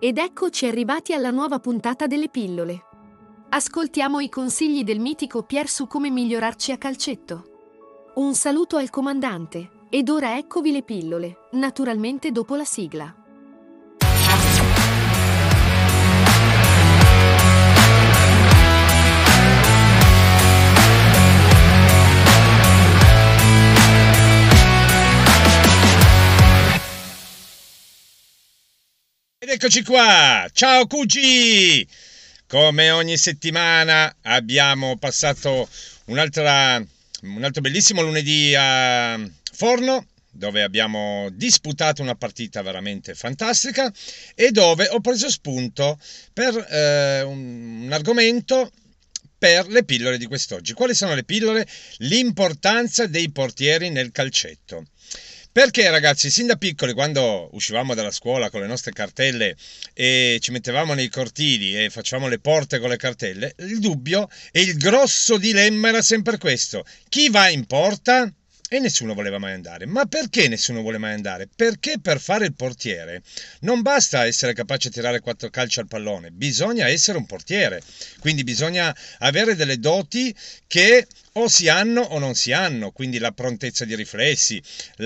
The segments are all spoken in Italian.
Ed eccoci arrivati alla nuova puntata delle pillole. Ascoltiamo i consigli del mitico Pier su come migliorarci a calcetto. Un saluto al comandante, ed ora eccovi le pillole, naturalmente dopo la sigla. Ed eccoci qua, ciao Cugi! Come ogni settimana abbiamo passato un altro bellissimo lunedì a Forno, dove abbiamo disputato una partita veramente fantastica e dove ho preso spunto per un argomento per le pillole di quest'oggi. Quali sono le pillole? L'importanza dei portieri nel calcetto. Perché ragazzi, sin da piccoli, quando uscivamo dalla scuola con le nostre cartelle e ci mettevamo nei cortili e facevamo le porte con le cartelle, il dubbio e il grosso dilemma era sempre questo: chi va in porta? E nessuno voleva mai andare. Ma perché nessuno vuole mai andare? Perché per fare il portiere non basta essere capace di tirare 4 calci al pallone, bisogna essere un portiere, quindi bisogna avere delle doti che o si hanno o non si hanno, quindi la prontezza di riflessi,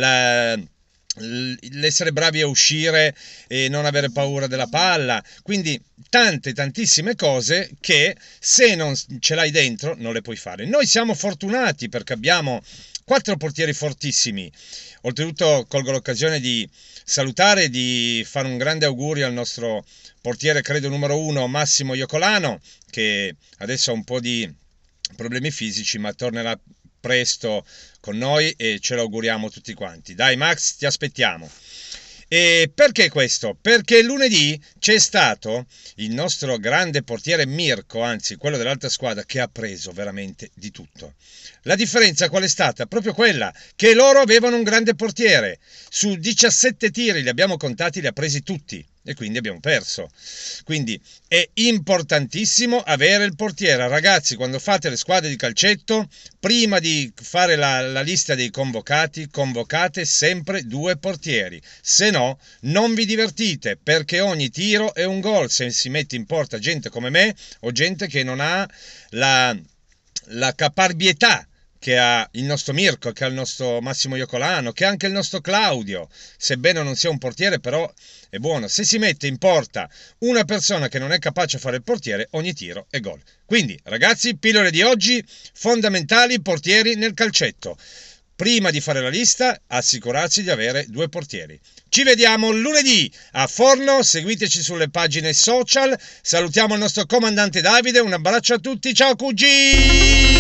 l'essere bravi a uscire e non avere paura della palla, quindi tantissime cose che se non ce l'hai dentro non le puoi fare. Noi siamo fortunati perché abbiamo 4 portieri fortissimi. Oltretutto colgo l'occasione di salutare e di fare un grande augurio al nostro portiere, credo numero 1, Massimo Iocolano, che adesso ha un po' di problemi fisici ma tornerà presto con noi e ce lo auguriamo tutti quanti. Dai Max, ti aspettiamo. E perché questo? Perché lunedì c'è stato il nostro grande portiere Mirko, anzi quello dell'altra squadra, che ha preso veramente di tutto. La differenza qual è stata? Proprio quella che loro avevano un grande portiere. Su 17 tiri li abbiamo contati, li ha presi tutti e quindi abbiamo perso. Quindi è importantissimo avere il portiere. Ragazzi, quando fate le squadre di calcetto, prima di fare la lista dei convocati, convocate sempre 2 portieri, se no non vi divertite, perché ogni tiro è un gol se si mette in porta gente come me o gente che non ha la caparbietà che ha il nostro Mirko, che ha il nostro Massimo Iocolano, che ha anche il nostro Claudio, sebbene non sia un portiere però è buono. Se si mette in porta una persona che non è capace a fare il portiere, ogni tiro è gol. Quindi ragazzi, pillole di oggi, fondamentali portieri nel calcetto. Prima di fare la lista, assicurarsi di avere 2 portieri. Ci vediamo lunedì a Forno, seguiteci sulle pagine social, salutiamo il nostro comandante Davide, un abbraccio a tutti, ciao Cugi!